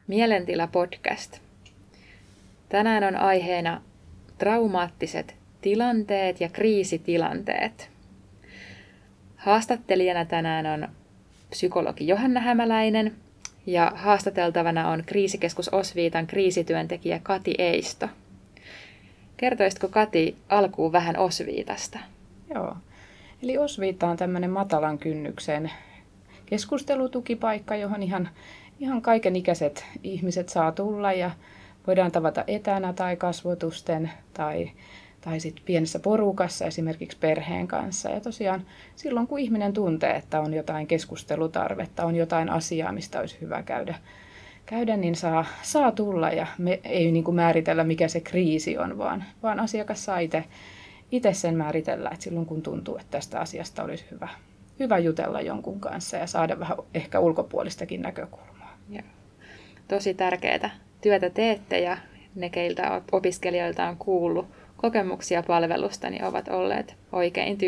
Mielentila-podcast. Tänään on aiheena traumaattiset tilanteet ja kriisitilanteet. Haastattelijana tänään on psykologi Johanna Hämäläinen ja haastateltavana on Kriisikeskus Osviitan kriisityöntekijä Kati Eisto. Kertoisitko Kati alkuun vähän Osviitasta? Joo, eli Osviita on tämmöinen matalan kynnyksen keskustelutukipaikka, johon ihan kaikenikäiset ihmiset saa tulla ja voidaan tavata etänä tai kasvotusten tai sitten pienessä porukassa esimerkiksi perheen kanssa. Ja tosiaan silloin kun ihminen tuntee, että on jotain keskustelutarvetta, on jotain asiaa, mistä olisi hyvä käydä niin saa tulla ja me ei niin kuin määritellä mikä se kriisi on, vaan asiakas saa itse sen määritellä, että silloin kun tuntuu, että tästä asiasta olisi hyvä jutella jonkun kanssa ja saada vähän ehkä ulkopuolistakin näkökulmaa. Joo. Tosi tärkeää työtä teette ja ne, keiltä opiskelijoilta on kuullut kokemuksia palvelusta, niin ovat olleet oikein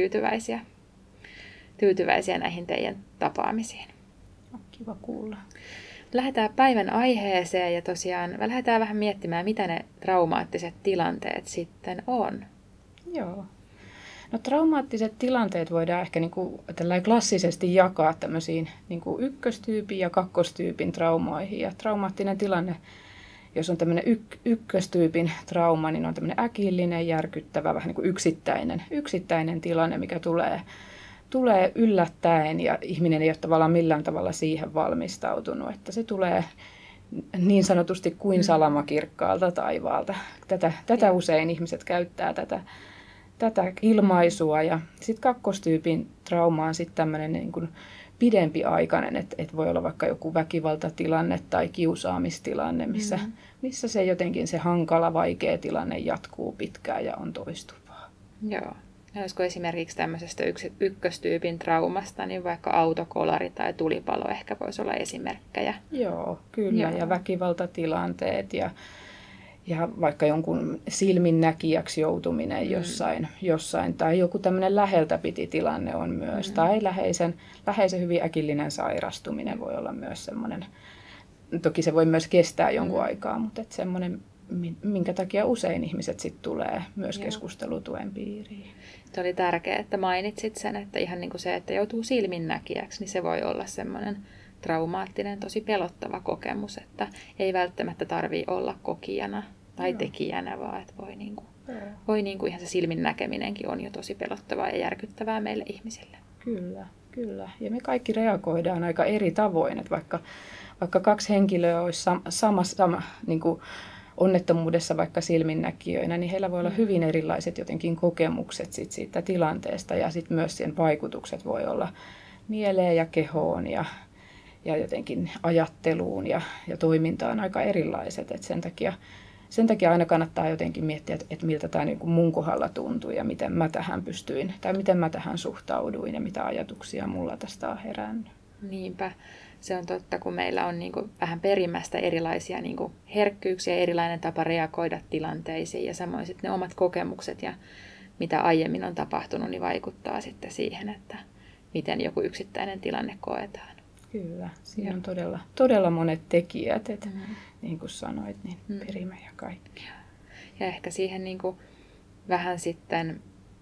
tyytyväisiä näihin teidän tapaamisiin. Kiva kuulla. Lähdetään päivän aiheeseen ja tosiaan lähdetään vähän miettimään, mitä ne traumaattiset tilanteet sitten on. Joo. No, traumaattiset tilanteet voidaan ehkä klassisesti jakaa tämmöisiin ykköstyypin ja kakkostyypin traumoihin. Ja traumaattinen tilanne, jos on tämmöinen ykköstyypin trauma, niin on tämmöinen äkillinen, järkyttävä, vähän niin kuin yksittäinen tilanne, mikä tulee yllättäen ja ihminen ei ole tavallaan millään tavalla siihen valmistautunut. Että se tulee niin sanotusti kuin salama kirkkaalta taivaalta. Tätä usein ihmiset käyttää tätä ilmaisua ja sitten kakkostyypin trauma on sitten tämmöinen niin kuin pidempiaikainen, että voi olla vaikka joku väkivaltatilanne tai kiusaamistilanne, missä se jotenkin se hankala, vaikea tilanne jatkuu pitkään ja on toistuvaa. Joo. Ja olisiko esimerkiksi tämmöisestä ykköstyypin traumasta, niin vaikka autokolari tai tulipalo ehkä voisi olla esimerkkejä? Joo, kyllä. Joo. Ja väkivaltatilanteet ja vaikka jonkun silminnäkijäksi joutuminen jossain tai joku tämmöinen läheltä piti tilanne on myös. Tai läheisen hyvin äkillinen sairastuminen voi olla myös semmoinen. Toki se voi myös kestää jonkun aikaa, mutta semmoinen, minkä takia usein ihmiset sitten tulee myös keskustelutuen piiriin. Se oli tärkeää, että mainitsit sen, että ihan niin kuin se, että joutuu silminnäkijäksi, niin se voi olla semmoinen traumaattinen, tosi pelottava kokemus, että ei välttämättä tarvitse olla kokijana tai tekijänä, vaan että voi ihan se silmin näkeminenkin on jo tosi pelottavaa ja järkyttävää meille ihmisille. Kyllä. Ja me kaikki reagoidaan aika eri tavoin, että vaikka kaksi henkilöä olisi sama niin kuin onnettomuudessa vaikka silminnäkijöinä, niin heillä voi olla hyvin erilaiset jotenkin kokemukset siitä tilanteesta ja sitten myös sen vaikutukset voi olla mieleen ja kehoon ja jotenkin ajatteluun ja toimintaan aika erilaiset. Et sen takia aina kannattaa jotenkin miettiä, että miltä tämä niin kuin mun kohdalla tuntui ja miten mä tähän pystyin tai miten mä tähän suhtauduin ja mitä ajatuksia mulla tästä on herännyt. Niinpä. Se on totta, kun meillä on niin kuin vähän perimästä erilaisia niin kuin herkkyyksiä, erilainen tapa reagoida tilanteisiin ja samoin sitten ne omat kokemukset ja mitä aiemmin on tapahtunut, niin vaikuttaa sitten siihen, että miten joku yksittäinen tilanne koetaan. Kyllä, siinä on todella monet tekijät, että niin kuin sanoit, niin perimä ja kaikki. Ja ehkä siihen niin kuin vähän sitten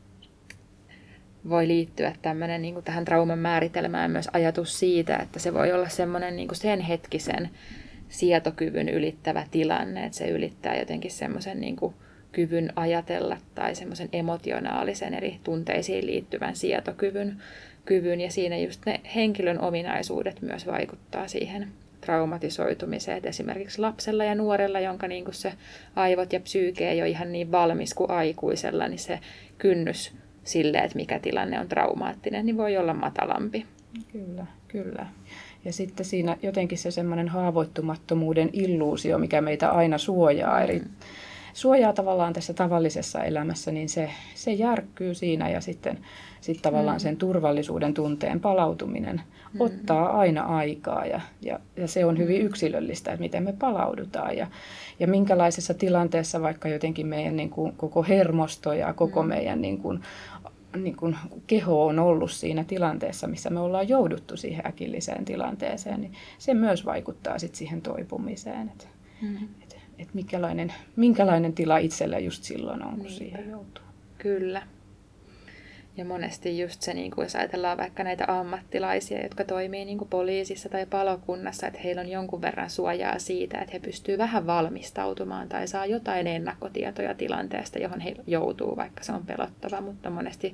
voi liittyä tämmöinen niin kuin tähän trauman määritelmään myös ajatus siitä, että se voi olla semmoinen niin kuin sen hetkisen sietokyvyn ylittävä tilanne, että se ylittää jotenkin semmoisen niin kuin kyvyn ajatella tai semmoisen emotionaalisen eri tunteisiin liittyvän sietokyvyn ja siinä just ne henkilön ominaisuudet myös vaikuttaa siihen traumatisoitumiseen. Et esimerkiksi lapsella ja nuorella, jonka niin kuin se aivot ja psyyke ei ole ihan niin valmis kuin aikuisella, niin se kynnys sille, että mikä tilanne on traumaattinen, niin voi olla matalampi. Kyllä. Ja sitten siinä jotenkin se semmoinen haavoittumattomuuden illuusio, mikä meitä aina suojaa, suojaa tavallaan tässä tavallisessa elämässä, niin se järkkyy siinä ja sitten tavallaan sen turvallisuuden tunteen palautuminen ottaa aina aikaa ja se on hyvin yksilöllistä, että miten me palaudutaan ja minkälaisessa tilanteessa vaikka jotenkin meidän niin kuin koko hermosto ja koko meidän niin kuin niin kuin keho on ollut siinä tilanteessa, missä me ollaan jouduttu siihen äkilliseen tilanteeseen, niin se myös vaikuttaa sit siihen toipumiseen. Et minkälainen tila itsellä just silloin on, kun siihen joutuu. Kyllä. Ja monesti just se, niin kuin jos ajatellaan vaikka näitä ammattilaisia, jotka toimii niin kuin poliisissa tai palokunnassa, että heillä on jonkun verran suojaa siitä, että he pystyvät vähän valmistautumaan tai saa jotain ennakkotietoja tilanteesta, johon he joutuu, vaikka se on pelottava, mutta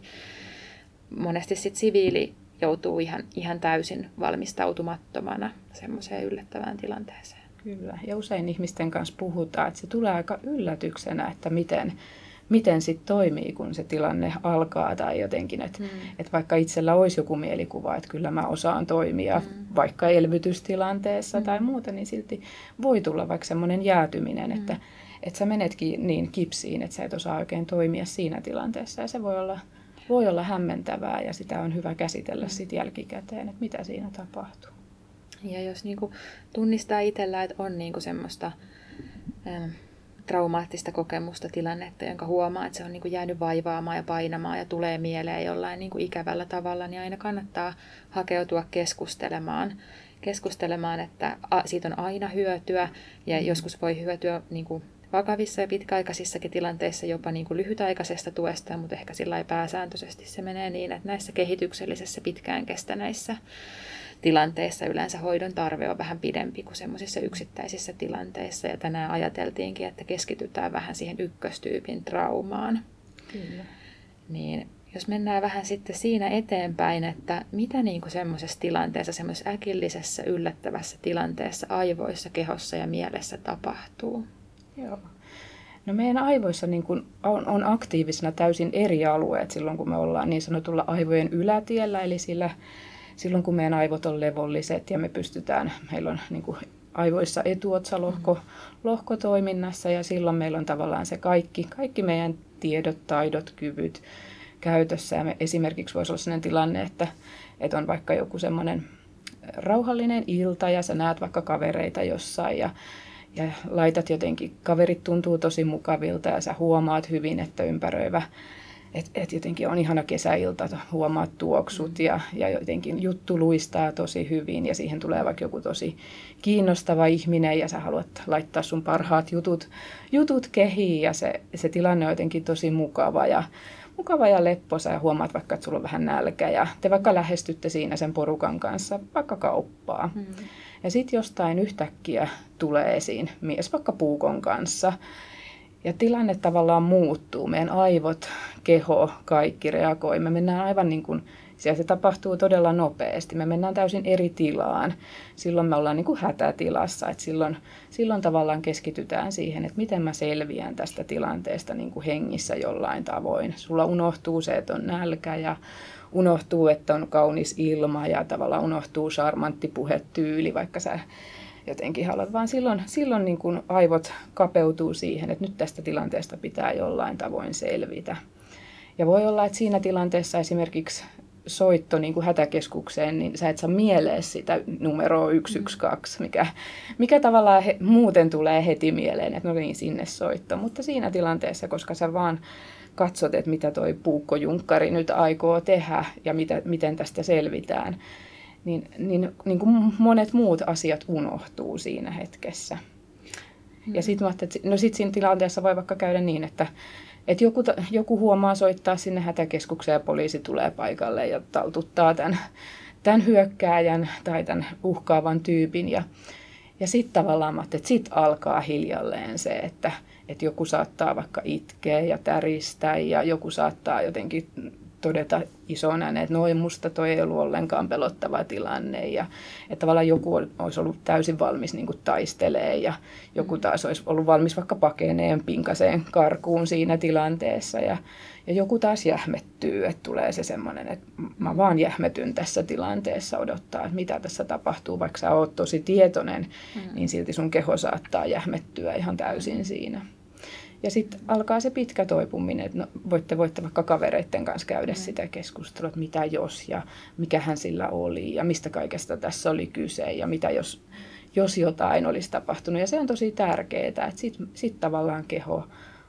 monesti sit siviili joutuu ihan täysin valmistautumattomana semmoiseen yllättävään tilanteeseen. Kyllä, ja usein ihmisten kanssa puhutaan, että se tulee aika yllätyksenä, että miten sitten toimii, kun se tilanne alkaa tai jotenkin, että vaikka itsellä olisi joku mielikuva, että kyllä mä osaan toimia vaikka elvytystilanteessa tai muuta, niin silti voi tulla vaikka semmoinen jäätyminen, että sä menetkin niin kipsiin, että sä et osaa oikein toimia siinä tilanteessa ja se voi olla hämmentävää ja sitä on hyvä käsitellä sitten jälkikäteen, että mitä siinä tapahtuu. Ja jos niinku tunnistaa itsellä, että on niinku semmoista traumaattista kokemusta, tilannetta, jonka huomaa, että se on niinku jäänyt vaivaamaan ja painamaan ja tulee mieleen jollain niinku ikävällä tavalla, niin aina kannattaa hakeutua keskustelemaan, että siitä on aina hyötyä ja joskus voi hyötyä niinku vakavissa ja pitkäaikaisissakin tilanteissa jopa niin kuin lyhytaikaisesta tuesta, mutta ehkä sillä lailla pääsääntöisesti se menee niin, että näissä kehityksellisessä pitkään kestäneissä tilanteissa yleensä hoidon tarve on vähän pidempi kuin semmoisissa yksittäisissä tilanteissa. Ja tänään ajateltiinkin, että keskitytään vähän siihen ykköstyypin traumaan. Kyllä. Niin jos mennään vähän sitten siinä eteenpäin, että mitä niin kuin semmoisessa tilanteessa, semmoisessa äkillisessä yllättävässä tilanteessa aivoissa, kehossa ja mielessä tapahtuu? Joo. No meidän aivoissa niin kun on aktiivisena täysin eri alueet silloin, kun me ollaan niin sanotulla aivojen ylätiellä, eli silloin kun meidän aivot on levolliset ja meillä on niin kuin aivoissa etuotsalohko toiminnassa ja silloin meillä on tavallaan se kaikki meidän tiedot, taidot, kyvyt käytössä. Ja esimerkiksi voisi olla sellainen tilanne, että on vaikka joku semmoinen rauhallinen ilta ja sä näet vaikka kavereita jossain ja laitat jotenkin, kaverit tuntuu tosi mukavilta ja sä huomaat hyvin, että ympäröivä, että jotenkin on ihana kesäilta, huomaat tuoksut ja jotenkin juttu luistaa tosi hyvin ja siihen tulee vaikka joku tosi kiinnostava ihminen ja sä haluat laittaa sun parhaat jutut kehiin ja se tilanne on jotenkin tosi mukava ja lepposa ja huomaat vaikka, että sulla on vähän nälkä ja te vaikka lähestytte siinä sen porukan kanssa vaikka kauppaa. Ja sitten jostain yhtäkkiä tulee esiin mies vaikka puukon kanssa ja tilanne tavallaan muuttuu. Meidän aivot, keho, kaikki reagoi. Me mennään aivan niin kuin, siellä se tapahtuu todella nopeasti. Me mennään täysin eri tilaan. Silloin me ollaan niin kuin hätätilassa. Et silloin tavallaan keskitytään siihen, että miten mä selviän tästä tilanteesta niin kuin hengissä jollain tavoin. Sulla unohtuu se, että on nälkä ja unohtuu, että on kaunis ilma ja tavallaan unohtuu charmantti puhetyyli, vaikka sä jotenkin haluat, vaan silloin niin kuin aivot kapeutuu siihen, että nyt tästä tilanteesta pitää jollain tavoin selvitä. Ja voi olla, että siinä tilanteessa esimerkiksi soitto niin kuin hätäkeskukseen, niin sä et saa mieleen sitä numeroa 112, mikä tavallaan muuten tulee heti mieleen, että no niin, sinne soitto. Mutta siinä tilanteessa, koska sä vaan katsot, että mitä toi puukkojunkkari nyt aikoo tehdä ja miten tästä selvitään, niin kuin monet muut asiat unohtuu siinä hetkessä. Ja sitten sit siinä tilanteessa voi vaikka käydä niin, että joku huomaa soittaa sinne hätäkeskukseen ja poliisi tulee paikalle ja taltuttaa tämän hyökkääjän tai tämän uhkaavan tyypin. Ja sitten tavallaan että sitten alkaa hiljalleen se, että joku saattaa vaikka itkeä ja täristä ja joku saattaa jotenkin todeta ison ääneen, että noin musta toi ei ollut ollenkaan pelottava tilanne ja että tavallaan joku olisi ollut täysin valmis niin kuin taistelemaan ja joku taas olisi ollut valmis vaikka pakeneen pinkaseen karkuun siinä tilanteessa ja joku taas jähmettyy, että tulee se semmoinen, että mä vaan jähmetyn tässä tilanteessa odottaa, että mitä tässä tapahtuu, vaikka sä oot tosi tietoinen, niin silti sun keho saattaa jähmettyä ihan täysin siinä. Ja sitten alkaa se pitkä toipuminen, että no, voitte vaikka kavereiden kanssa käydä sitä keskustelua, että mitä jos ja mikähän sillä oli ja mistä kaikesta tässä oli kyse ja mitä jos jotain olisi tapahtunut. Ja se on tosi tärkeää, että sitten tavallaan keho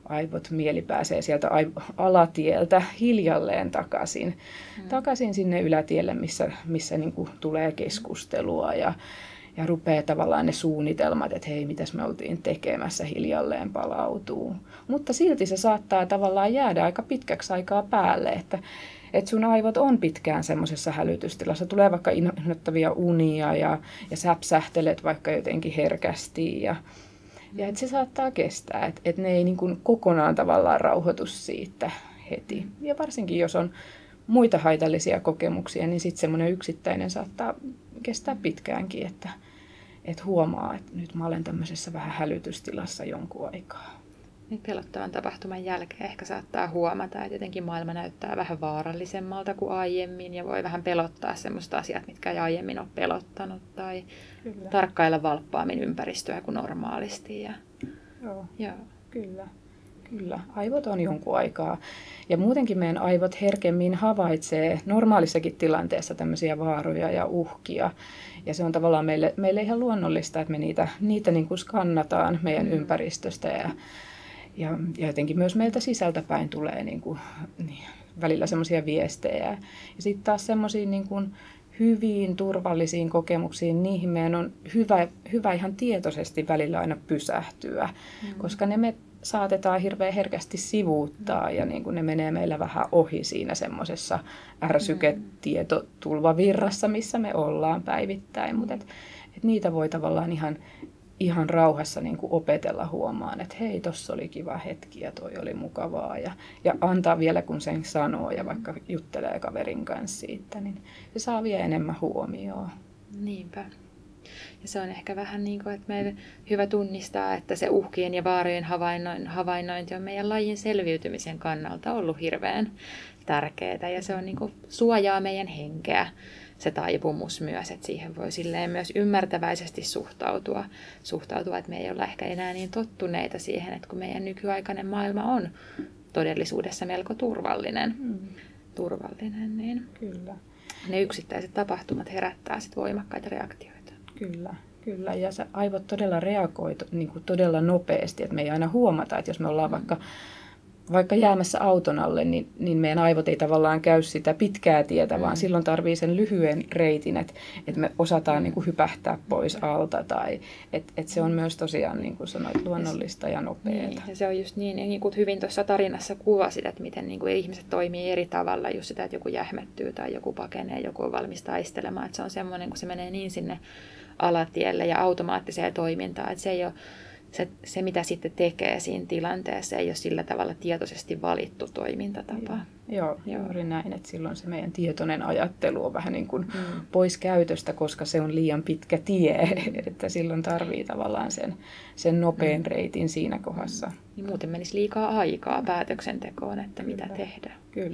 mieli pääsee sieltä alatieltä hiljalleen takaisin sinne ylätielle, missä niin kuin tulee keskustelua ja rupeaa tavallaan ne suunnitelmat, että hei, mitäs me oltiin tekemässä, hiljalleen palautuu. Mutta silti se saattaa tavallaan jäädä aika pitkäksi aikaa päälle, että sun aivot on pitkään semmoisessa hälytystilassa. Tulee vaikka innoittavia unia ja säpsähtelet vaikka jotenkin herkästi ja että se saattaa kestää, että ne ei niin kuin kokonaan tavallaan rauhoitu siitä heti. Ja varsinkin jos on muita haitallisia kokemuksia, niin sitten semmoinen yksittäinen saattaa kestää pitkäänkin, että huomaa, että nyt mä olen tämmöisessä vähän hälytystilassa jonkun aikaa. Nyt pelottavan tapahtuman jälkeen ehkä saattaa huomata, että jotenkin maailma näyttää vähän vaarallisemmalta kuin aiemmin ja voi vähän pelottaa semmoista asiat, mitkä ei aiemmin ole pelottanut tai kyllä. Tarkkailla valppaammin ympäristöä kuin normaalisti. Joo. Kyllä. Aivot on jonkun aikaa. Ja muutenkin meidän aivot herkemmin havaitsee normaalissakin tilanteessa tämmöisiä vaaroja ja uhkia. Ja se on tavallaan meille ihan luonnollista, että me niitä niin kuin skannataan meidän ympäristöstä ja jotenkin myös meiltä sisältäpäin tulee niin välillä semmoisia viestejä. Ja sitten taas semmoisiin niin kuin hyviin, turvallisiin kokemuksiin, niihin meidän on hyvä ihan tietoisesti välillä aina pysähtyä, koska me saatetaan hirveän herkästi sivuuttaa ja niin kuin ne menee meillä vähän ohi siinä semmoisessa ärsyketietotulvavirrassa, missä me ollaan päivittäin. Mutta et niitä voi tavallaan ihan rauhassa niin kuin opetella huomaan, että hei, tossa oli kiva hetki ja toi oli mukavaa. Ja antaa vielä, kun sen sanoo ja vaikka juttelee kaverin kanssa siitä, niin se saa vielä enemmän huomioon. Niinpä. Ja se on ehkä vähän niin kuin, että meidän hyvä tunnistaa, että se uhkien ja vaarojen havainnointi on meidän lajin selviytymisen kannalta ollut hirveän tärkeää. Ja se on niin kuin suojaa meidän henkeä, se taipumus myös, että siihen voi silleen myös ymmärtäväisesti suhtautua, että me ei olla ehkä enää niin tottuneita siihen, että kun meidän nykyaikainen maailma on todellisuudessa melko turvallinen, niin Kyllä. Ne yksittäiset tapahtumat herättää sit voimakkaita reaktioita. Kyllä. Ja se aivot todella reagoi niin kuin todella nopeasti, että me ei aina huomata, että jos me ollaan vaikka jäämässä auton alle, niin meidän aivot ei tavallaan käy sitä pitkää tietä, vaan silloin tarvii sen lyhyen reitin, että me osataan niin kuin hypähtää pois alta. Tai että se on myös tosiaan, niin kuin sanoit, luonnollista ja nopeaa. Niin, ja se on just niin kuin hyvin tuossa tarinassa kuvasit, että miten niin kuin ihmiset toimii eri tavalla. Just sitä, että joku jähmettyy tai joku pakenee, joku on valmis taistelemaan. Että se on semmoinen, kun se menee niin sinne alatielle ja automaattiseen toimintaan, että se ei ole se, mitä sitten tekee siinä tilanteessa, ei ole sillä tavalla tietoisesti valittu toimintatapa. Joo, juuri näin, että silloin se meidän tietoinen ajattelu on vähän niin kuin pois käytöstä, koska se on liian pitkä tie, että silloin tarvii tavallaan sen nopean reitin siinä kohdassa. Niin muuten menisi liikaa aikaa päätöksentekoon, että mitä tehdä.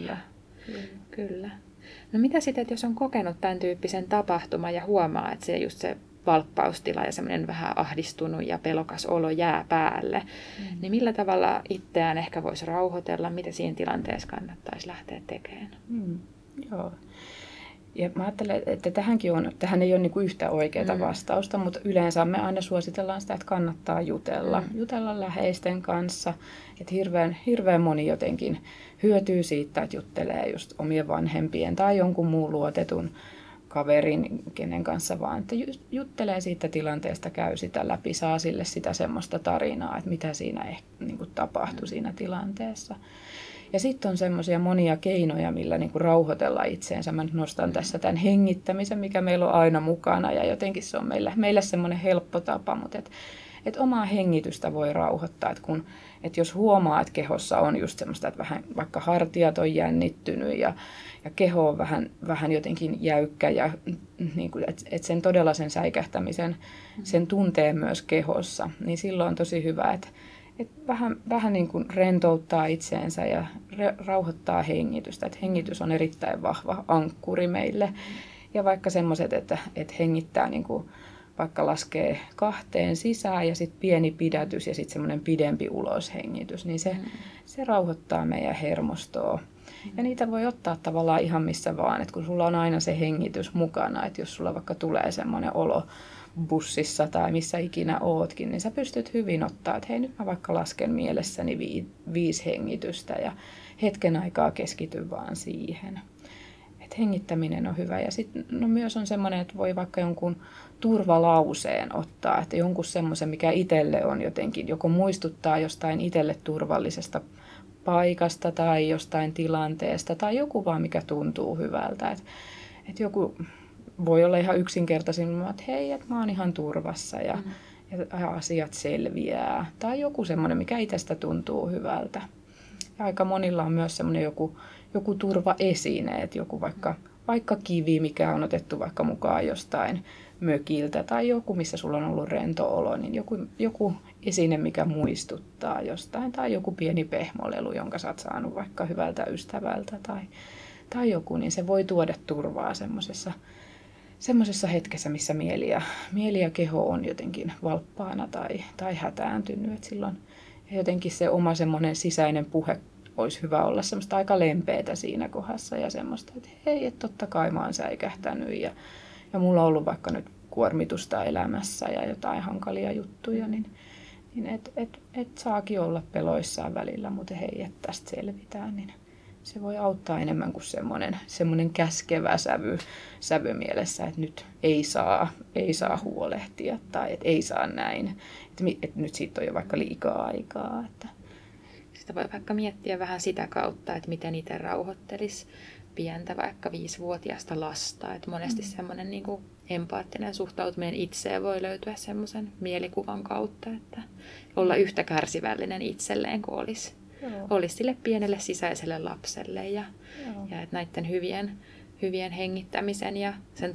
Kyllä. No mitä sitten, että jos on kokenut tämän tyyppisen tapahtuman ja huomaa, että se valppaustila ja semmoinen vähän ahdistunut ja pelokas olo jää päälle, niin millä tavalla itseään ehkä voisi rauhoitella, mitä siinä tilanteessa kannattaisi lähteä tekemään? Joo. Ja mä ajattelen, että tähän ei ole niin kuin yhtä oikeaa vastausta, mutta yleensä me aina suositellaan sitä, että kannattaa jutella läheisten kanssa. Että hirveän moni jotenkin hyötyy siitä, että juttelee just omien vanhempien tai jonkun muun luotetun kaverin, kenen kanssa vaan, että juttelee siitä tilanteesta, käy sitä läpi, saa sille sitä semmoista tarinaa, että mitä siinä niin kuin tapahtui siinä tilanteessa. Ja sitten on semmoisia monia keinoja, millä niin kuin rauhoitella itseensä. Mä nyt nostan tässä tämän hengittämisen, mikä meillä on aina mukana ja jotenkin se on meillä semmoinen helppo tapa, mutta että omaa hengitystä voi rauhoittaa, että jos huomaa, että kehossa on just semmoista, että vähän vaikka hartiat on jännittynyt ja keho on vähän jotenkin jäykkä ja niin kuin, että sen todella sen säikähtämisen, sen tuntee myös kehossa, niin silloin on tosi hyvä, että vähän niin kuin rentouttaa itseensä ja rauhoittaa hengitystä. Että hengitys on erittäin vahva ankkuri meille. Ja vaikka semmoiset, että hengittää niin kuin vaikka laskee 2 sisään ja sitten pieni pidätys ja sitten semmoinen pidempi uloshengitys, niin se rauhoittaa meidän hermostoa. Ja niitä voi ottaa tavallaan ihan missä vaan, että kun sulla on aina se hengitys mukana, että jos sulla vaikka tulee semmoinen olo bussissa tai missä ikinä ootkin, niin sä pystyt hyvin ottaa, että hei, nyt mä vaikka lasken mielessäni 5 hengitystä ja hetken aikaa keskityn vaan siihen. Et hengittäminen on hyvä. Ja sitten myös on semmoinen, että voi vaikka jonkun turvalauseen ottaa, että jonkun semmoisen, mikä itselle on jotenkin, joko muistuttaa jostain itselle turvallisesta paikasta tai jostain tilanteesta tai joku vaan, mikä tuntuu hyvältä. Et joku voi olla ihan yksinkertaisin, että hei, että mä oon ihan turvassa ja asiat selviää. Tai joku semmoinen, mikä itsestä tuntuu hyvältä. Ja aika monilla on myös semmoinen joku turvaesine, että joku vaikka kivi, mikä on otettu vaikka mukaan jostain mökiltä tai joku, missä sulla on ollut rento olo, niin joku esine, mikä muistuttaa jostain tai joku pieni pehmolelu, jonka sä oot saanut vaikka hyvältä ystävältä tai joku, niin se voi tuoda turvaa semmoisessa hetkessä, missä mieli ja keho on jotenkin valppaana tai hätääntynyt. Et silloin jotenkin se oma semmoinen sisäinen puhe olisi hyvä olla semmoista aika lempeätä siinä kohdassa ja semmoista, että hei, että totta kai mä oon säikähtänyt ja mulla on ollut vaikka nyt kuormitusta elämässä ja jotain hankalia juttuja, niin et saakin olla peloissaan välillä, mutta hei, että tästä selvitään, niin se voi auttaa enemmän kuin semmoinen käskevä sävy mielessä, että nyt ei saa huolehtia tai että ei saa näin, että nyt siitä on jo vaikka liikaa aikaa. Että. Sitä voi vaikka miettiä vähän sitä kautta, että miten itse rauhoittelisi pientä vaikka 5-vuotiaasta lasta. Että monesti semmoinen niin kuin empaattinen suhtautuminen itseen voi löytyä semmoisen mielikuvan kautta, että olla yhtä kärsivällinen itselleen kuin olisi sille pienelle sisäiselle lapselle. Ja että näiden hyvien hengittämisen ja sen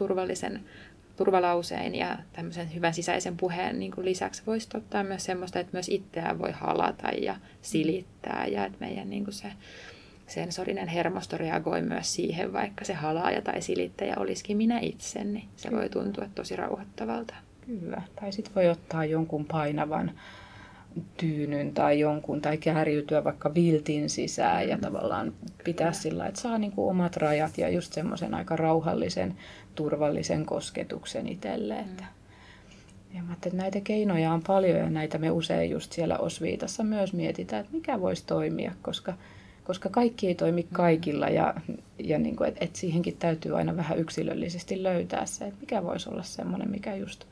turvalauseen ja tämmöisen hyvän sisäisen puheen niin kuin lisäksi voisi ottaa myös semmoista, että myös itseään voi halata ja silittää ja että meidän niin kuin se sensorinen hermosto reagoi myös siihen, vaikka se halaaja tai silittäjä olisikin minä itse, niin se voi tuntua tosi rauhoittavalta. Kyllä, tai sitten voi ottaa jonkun painavan tyynyn tai kärjytyä vaikka viltin sisään ja tavallaan pitää sillä, että saa niinku omat rajat ja just semmoisen aika rauhallisen, turvallisen kosketuksen itselle. Ja mä ajattelin, että näitä keinoja on paljon ja näitä me usein just siellä Osviitassa myös mietitään, että mikä voisi toimia, koska kaikki ei toimi kaikilla ja niinku, et siihenkin täytyy aina vähän yksilöllisesti löytää se, että mikä voisi olla semmoinen, mikä just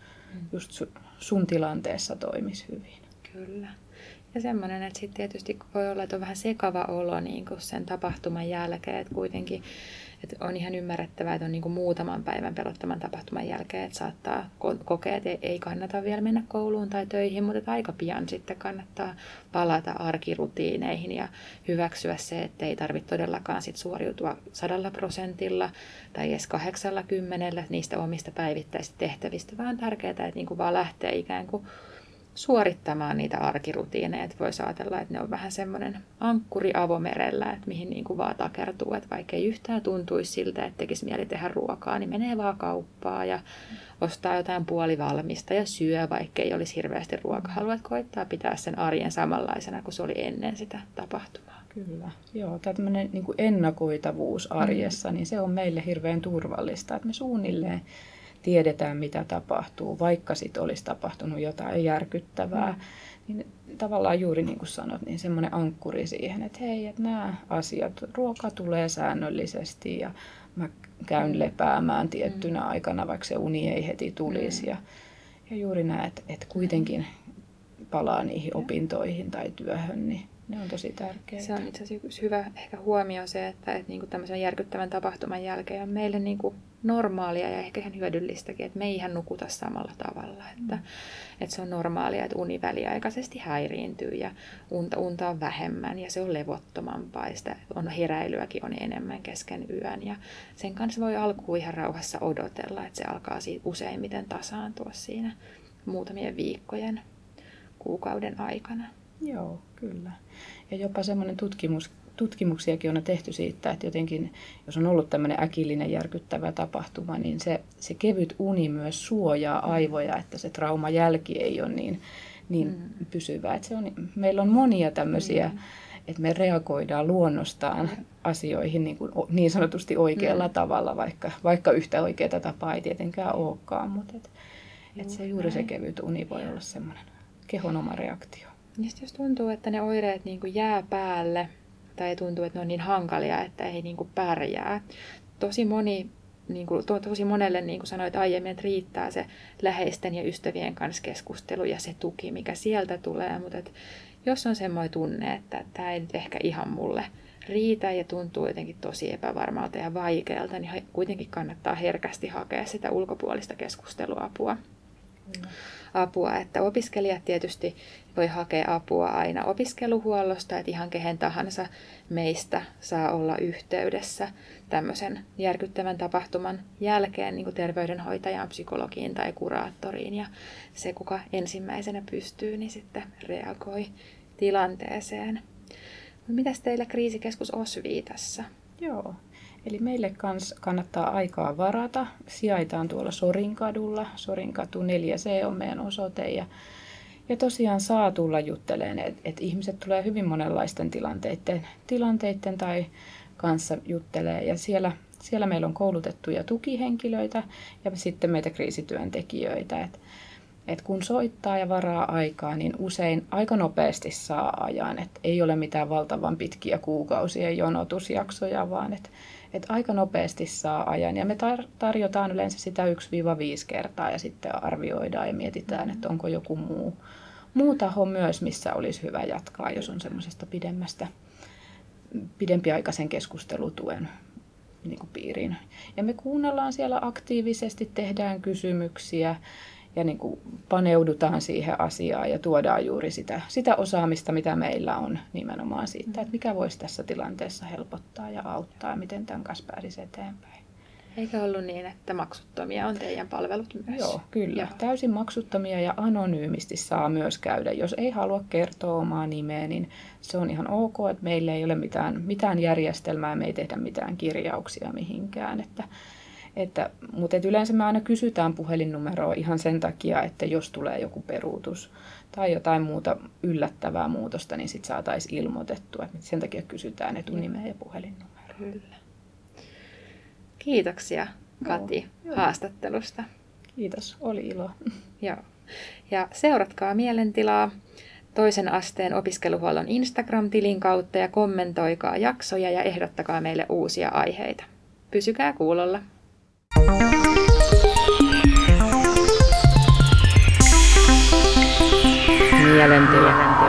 sun tilanteessa toimisi hyvin. Kyllä. Ja semmoinen, että sitten tietysti voi olla, että on vähän sekava olo niin kuin sen tapahtuman jälkeen, että kuitenkin että on ihan ymmärrettävää, että on niin kuin muutaman päivän pelottaman tapahtuman jälkeen, että saattaa kokea, että ei kannata vielä mennä kouluun tai töihin, mutta että aika pian sitten kannattaa palata arkirutiineihin ja hyväksyä se, että ei tarvitse todellakaan sit suoriutua 100% tai edes 80% niistä omista päivittäisistä tehtävistä, vaan on tärkeää, että niin kuin vaan lähtee ikään kuin suorittamaan niitä arkirutiineja, että voisi ajatella, että ne on vähän semmoinen ankkuri avomerellä, että mihin niin kuin vaan takertuu, että vaikka ei yhtään tuntuisi siltä, että tekisi mieli tehdä ruokaa, niin menee vaan kauppaan ja ostaa jotain puolivalmista ja syö, vaikka ei olisi hirveästi ruokahalua, että koittaa pitää sen arjen samanlaisena kuin se oli ennen sitä tapahtumaa. Kyllä, joo, tämmöinen niin kuin ennakoitavuus arjessa, niin se on meille hirveän turvallista, että me suunnilleen tiedetään, mitä tapahtuu, vaikka sitten olisi tapahtunut jotain järkyttävää. Niin tavallaan juuri niin kuin sanot, niin semmoinen ankkuri siihen, että hei, että nämä asiat, ruoka tulee säännöllisesti ja mä käyn lepäämään tiettynä aikana, vaikka se uni ei heti tulisi. Ja juuri näet, että kuitenkin palaa niihin opintoihin tai työhön, niin ne on tosi tärkeää. Se on itse asiassa hyvä ehkä huomio se, että niin kuin tämmöisen järkyttävän tapahtuman jälkeen on meille niin kuin normaalia ja ehkä ihan hyödyllistäkin, että me ei ihan nukuta samalla tavalla. Että se on normaalia, että uni väliaikaisesti häiriintyy ja unta on vähemmän ja se on levottomampaa ja sitä heräilyäkin on enemmän kesken yön. Ja sen kanssa voi alkuun ihan rauhassa odotella, että se alkaa siitä useimmiten tasaantua siinä muutamien viikkojen, kuukauden aikana. Joo, kyllä. Ja jopa semmoinen tutkimuksiakin on tehty siitä, että jotenkin, jos on ollut tämmöinen äkillinen järkyttävä tapahtuma, niin se kevyt uni myös suojaa aivoja, että se traumajälki ei ole niin pysyvää. Että meillä on monia tämmöisiä että me reagoidaan luonnostaan asioihin niin sanotusti oikealla tavalla, vaikka yhtä oikeaa tapaa ei tietenkään olekaan, mutta se juuri se kevyt uni voi olla semmoinen kehon oma reaktio. Ja jos tuntuu, että ne oireet jää päälle tai tuntuu, että ne on niin hankalia, että ei pärjää. Tosi monelle, niin kuin sanoit aiemmin, että riittää se läheisten ja ystävien kanssa keskustelu ja se tuki, mikä sieltä tulee. Mutta jos on semmoinen tunne, että tämä ei nyt ehkä ihan mulle riitä ja tuntuu jotenkin tosi epävarmalta ja vaikealta, niin kuitenkin kannattaa herkästi hakea sitä ulkopuolista keskusteluapua. Että opiskelijat tietysti voi hakea apua aina opiskeluhuollosta, että ihan kehen tahansa meistä saa olla yhteydessä tämmöisen järkyttävän tapahtuman jälkeen niin kuin terveydenhoitajaan, psykologiin tai kuraattoriin. Ja se, kuka ensimmäisenä pystyy, niin sitten reagoi tilanteeseen. Mitäs teillä kriisikeskus osvii tässä? Joo. Eli meille kannattaa aikaa varata. Sijaitaan tuolla Sorinkadulla. Sorinkatu 4C on meidän osoite. Ja tosiaan saa tulla juttelemaan, että ihmiset tulee hyvin monenlaisten tilanteiden tai kanssa juttelee. Ja siellä meillä on koulutettuja tukihenkilöitä ja sitten meitä kriisityöntekijöitä. Et kun soittaa ja varaa aikaa, niin usein aika nopeasti saa ajan. Et ei ole mitään valtavan pitkiä kuukausien jonotusjaksoja, vaan että aika nopeasti saa ajan. Ja me tarjotaan yleensä sitä 1-5 kertaa ja sitten arvioidaan ja mietitään, että onko joku muu taho myös, missä olisi hyvä jatkaa, jos on semmoisesta pidempiaikaisen keskustelutuen piiriin. Ja me kuunnellaan siellä aktiivisesti, tehdään kysymyksiä ja paneudutaan siihen asiaan ja tuodaan juuri sitä osaamista, mitä meillä on nimenomaan siitä, että mikä voisi tässä tilanteessa helpottaa ja auttaa ja miten tämän kanssa pääsisi eteenpäin. Eikä ollut niin, että maksuttomia on teidän palvelut myös? Joo, kyllä. Joo. Täysin maksuttomia ja anonyymisti saa myös käydä. Jos ei halua kertoa omaa nimeä, niin se on ihan ok, että meillä ei ole mitään järjestelmää, me ei tehdä mitään kirjauksia mihinkään. Mutta yleensä me aina kysytään puhelinnumeroa ihan sen takia, että jos tulee joku peruutus tai jotain muuta yllättävää muutosta, niin sitten saataisiin ilmoitettua. Sen takia kysytään etunimeä ja puhelinnumeroa. Kyllä. Kiitoksia Kati haastattelusta. Kiitos, oli ilo. Joo. Ja seuratkaa Mielentilaa toisen asteen opiskeluhuollon Instagram-tilin kautta ja kommentoikaa jaksoja ja ehdottakaa meille uusia aiheita. Pysykää kuulolla. Mielentila.